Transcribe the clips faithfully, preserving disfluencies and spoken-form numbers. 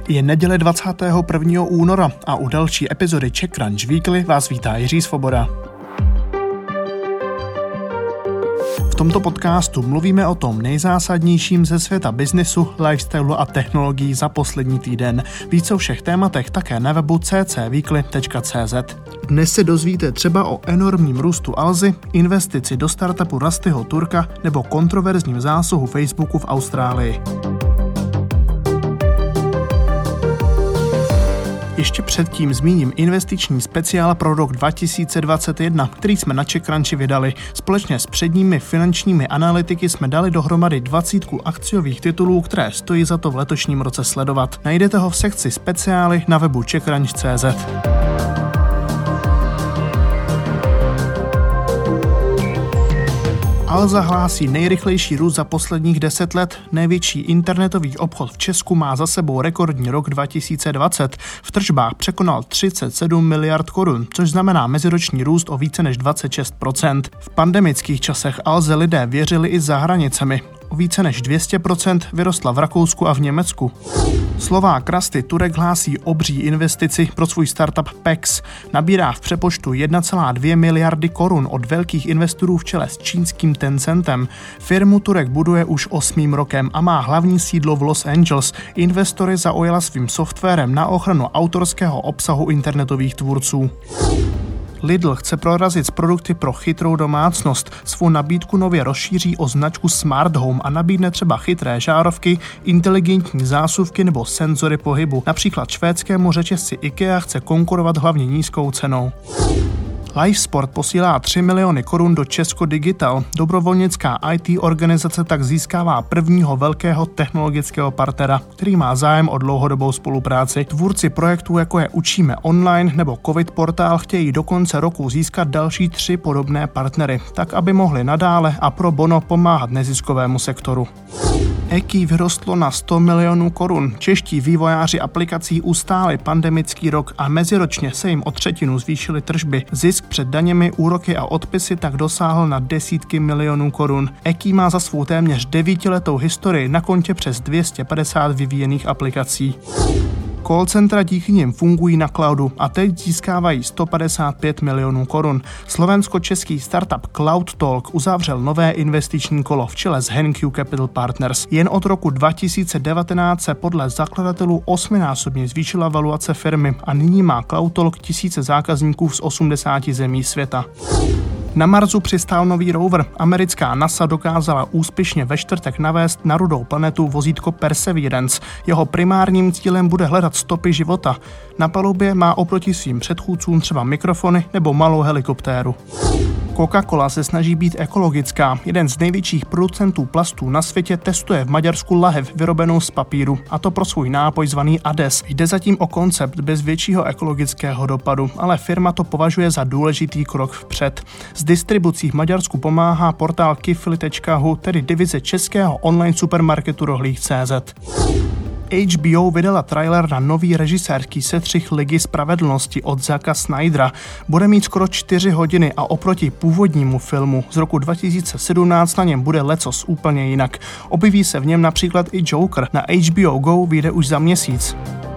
Je neděle dvacátého prvního února a u další epizody CzechCrunch Weekly vás vítá Jiří Svoboda. V tomto podcastu mluvíme o tom nejzásadnějším ze světa biznisu, lifestylu a technologií za poslední týden. Více o všech tématech také na webu c c weekly tečka c z. Dnes se dozvíte třeba o enormním růstu Alzy, investici do startupu Rustyho Turka nebo kontroverzním zásahu Facebooku v Austrálii. Ještě předtím zmíním investiční speciál pro rok dva tisíce dvacet jedna, který jsme na CzechCrunchi vydali. Společně s předními finančními analytiky jsme dali dohromady dvacítku akciových titulů, které stojí za to v letošním roce sledovat. Najdete ho v sekci speciály na webu czechcrunch tečka c z. Alza hlásí nejrychlejší růst za posledních deset let. Největší internetový obchod v Česku má za sebou rekordní rok dva tisíce dvacet. V tržbách překonal třicet sedm miliard korun, což znamená meziroční růst o více než dvacet šest procent. V pandemických časech Alze lidé věřili i za hranicemi. O více než dvě stě procent vyrostla v Rakousku a v Německu. Slovák Rusty Turek hlásí obří investici pro svůj startup Pex. Nabírá v přepočtu jedna celá dvě miliardy korun od velkých investorů v čele s čínským Tencentem. Firmu Turek buduje už osmým rokem a má hlavní sídlo v Los Angeles. Investory zaujala svým softwarem na ochranu autorského obsahu internetových tvůrců. Lidl chce prorazit s produkty pro chytrou domácnost. Svou nabídku nově rozšíří o značku Smart Home a nabídne třeba chytré žárovky, inteligentní zásuvky nebo senzory pohybu. Například švédskému řetězci IKEA chce konkurovat hlavně nízkou cenou. Livesport posílá tři miliony korun do Česko Digital. Dobrovolnická í té organizace tak získává prvního velkého technologického partnera, který má zájem o dlouhodobou spolupráci. Tvůrci projektů, jako je Učíme online nebo COVID portál, chtějí do konce roku získat další tři podobné partnery, tak aby mohli nadále a pro bono pomáhat neziskovému sektoru. E K I vyrostlo na sto milionů korun. Čeští vývojáři aplikací ustáli pandemický rok a meziročně se jim o třetinu zvýšily tržby. Zisk před daněmi, úroky a odpisy tak dosáhl na desítky milionů korun. E K I má za svou téměř devítiletou historii na kontě přes dvě stě padesát vyvíjených aplikací. Call centra díky nim fungují na cloudu a teď získávají sto padesát pět milionů korun. Slovensko-český startup CloudTalk uzavřel nové investiční kolo v čele s HenQ Capital Partners. Jen od roku dva tisíce devatenáct se podle zakladatelů osminásobně zvýšila valuace firmy a nyní má CloudTalk tisíce zákazníků z osmdesáti zemí světa. Na Marsu přistál nový rover. Americká NASA dokázala úspěšně ve čtvrtek navést na rudou planetu vozítko Perseverance. Jeho primárním cílem bude hledat stopy života. Na palubě má oproti svým předchůdcům třeba mikrofony nebo malou helikoptéru. Coca-Cola se snaží být ekologická. Jeden z největších producentů plastů na světě testuje v Maďarsku lahev vyrobenou z papíru, a to pro svůj nápoj zvaný Ades. Jde zatím o koncept bez většího ekologického dopadu, ale firma to považuje za důležitý krok vpřed. S distribucí v Maďarsku pomáhá portál kifli tečka hu, tedy divize českého online supermarketu Rohlík tečka cé zet. H B O vydala trailer na nový režisérský setřih Ligy spravedlnosti od Zacka Snydera. Bude mít skoro čtyři hodiny a oproti původnímu filmu z roku dva tisíce sedmnáct na něm bude lecos úplně jinak. Objeví se v něm například i Joker. Na H B O Go vyjde už za měsíc.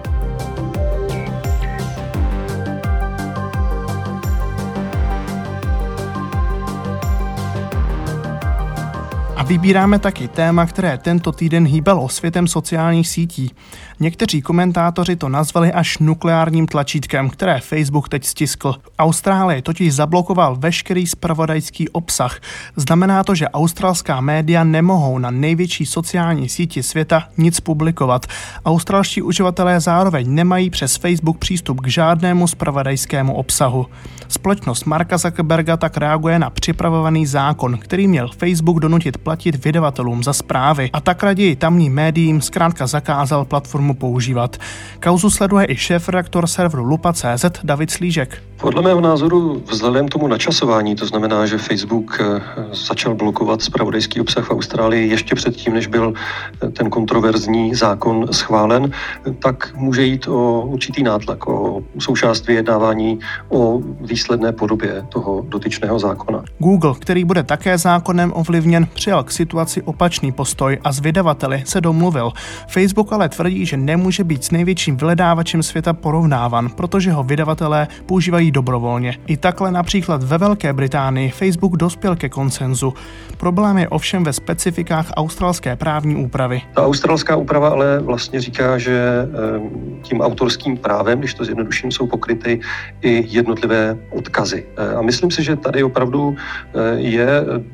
A vybíráme taky téma, které tento týden hýbalo světem sociálních sítí. Někteří komentátoři to nazvali až nukleárním tlačítkem, které Facebook teď stiskl. Austrálie totiž zablokoval veškerý zpravodajský obsah. Znamená to, že australská média nemohou na největší sociální síti světa nic publikovat. Australští uživatelé zároveň nemají přes Facebook přístup k žádnému zpravodajskému obsahu. Společnost Marka Zuckerberga tak reaguje na připravovaný zákon, který měl Facebook donutit platit vydavatelům za zprávy, a tak raději tamním médiím zkrátka zakázal platformu používat. Kauzu sleduje i šéfredaktor serveru lupa tečka cé zet David Slížek. Podle mého názoru vzhledem tomu načasování, to znamená, že Facebook začal blokovat zpravodajský obsah v Austrálii ještě předtím, než byl ten kontroverzní zákon schválen, tak může jít o určitý nátlak, o součást vyjednávání o výsledné podobě toho dotyčného zákona. Google, který bude také zákonem ovlivněn, přijal přijal k situaci opačný postoj a s vydavateli se domluvil. Facebook ale tvrdí, že nemůže být s největším vyhledávačem světa porovnávan, protože ho vydavatelé používají dobrovolně. I takhle například ve Velké Británii Facebook dospěl ke konsenzu. Problém je ovšem ve specifikách australské právní úpravy. Ta australská úprava ale vlastně říká, že tím autorským právem, když to zjednoduším, jsou pokryty i jednotlivé odkazy. A myslím si, že tady opravdu je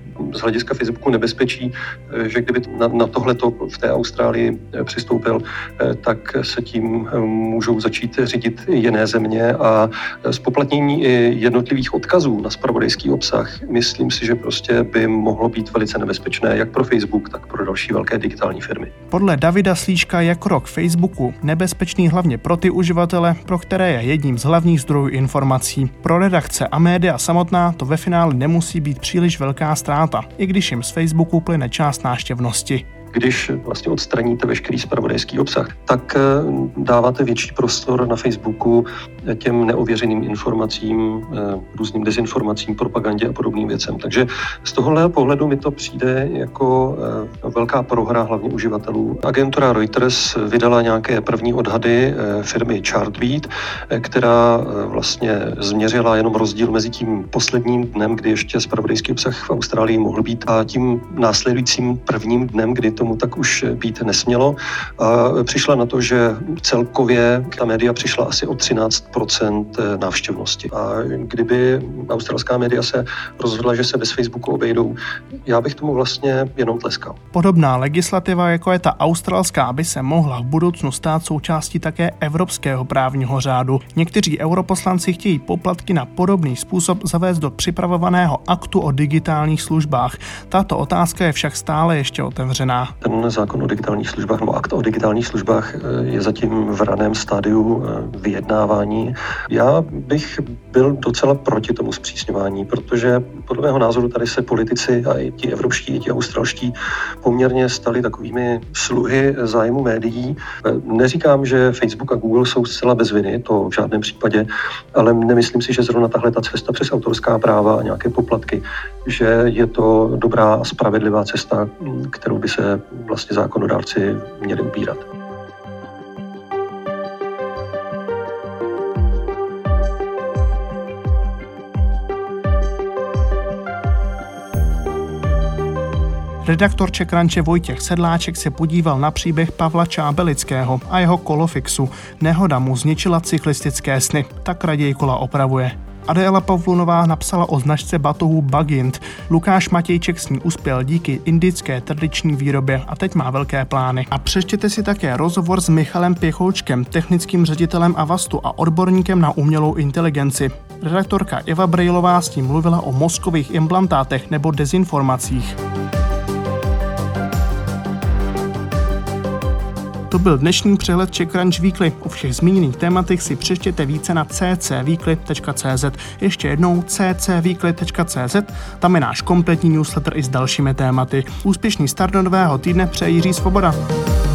z hlediska Facebooku nebezpečí, že kdyby na, na tohleto v té Austrálii přistoupil, tak se tím můžou začít řídit jiné země a zpoplatnění jednotlivých odkazů na zpravodajský obsah, myslím si, že prostě by mohlo být velice nebezpečné jak pro Facebook, tak pro další velké digitální firmy. Podle Davida Slíčka je krok Facebooku nebezpečný hlavně pro ty uživatele, pro které je jedním z hlavních zdrojů informací. Pro redakce a média samotná to ve finále nemusí být příliš velká ztráta, i když jim z Facebooku plyne část návštěvnosti. Když vlastně odstraníte veškerý zpravodajský obsah, tak dáváte větší prostor na Facebooku těm neověřeným informacím, různým dezinformacím, propagandě a podobným věcem. Takže z tohohle pohledu mi to přijde jako velká prohra hlavně uživatelů. Agentura Reuters vydala nějaké první odhady firmy Chartbeat, která vlastně změřila jenom rozdíl mezi tím posledním dnem, kdy ještě zpravodajský obsah v Austrálii mohl být, a tím následujícím prvním dnem, kdy tomu tak už být nesmělo. A přišla na to, že celkově ta média přišla asi o třináct procent návštěvnosti. A kdyby australská média se rozhodla, že se bez Facebooku obejdou, já bych tomu vlastně jenom tleskal. Podobná legislativa, jako je ta australská, by se mohla v budoucnu stát součástí také evropského právního řádu. Někteří europoslanci chtějí poplatky na podobný způsob zavést do připravovaného aktu o digitálních službách. Tato otázka je však stále ještě otevřená. Ten zákon o digitálních službách nebo akt o digitálních službách je zatím v raném stádiu vyjednávání. Já bych byl docela proti tomu zpřísňování, protože podle mého názoru tady se politici a i ti evropští, i ti australští poměrně stali takovými sluhy zájmu médií. Neříkám, že Facebook a Google jsou zcela bez viny, to v žádném případě, ale nemyslím si, že zrovna tahle ta cesta přes autorská práva a nějaké poplatky, že je to dobrá a spravedlivá cesta, kterou by se vlastně zákonodárci měli ubírat. Redaktor CzechCrunche Vojtěch Sedláček se podíval na příběh Pavla Čábelického a jeho kolofixu. Nehoda mu zničila cyklistické sny, tak raději kola opravuje. Adéla Pavlunová napsala o značce batohů Bagint. Lukáš Matějček s ní uspěl díky indické tradiční výrobě a teď má velké plány. A přečtěte si také rozhovor s Michalem Pěchoučkem, technickým ředitelem Avastu a odborníkem na umělou inteligenci. Redaktorka Eva Brejlová s tím mluvila o mozkových implantátech nebo dezinformacích. To byl dnešní přehled CzechCrunch Weekly. O všech zmíněných tématech si přečtěte více na c c weekly tečka c z. Ještě jednou c c weekly tečka c z, tam je náš kompletní newsletter i s dalšími tématy. Úspěšný start do nového týdne přeje Jiří Svoboda.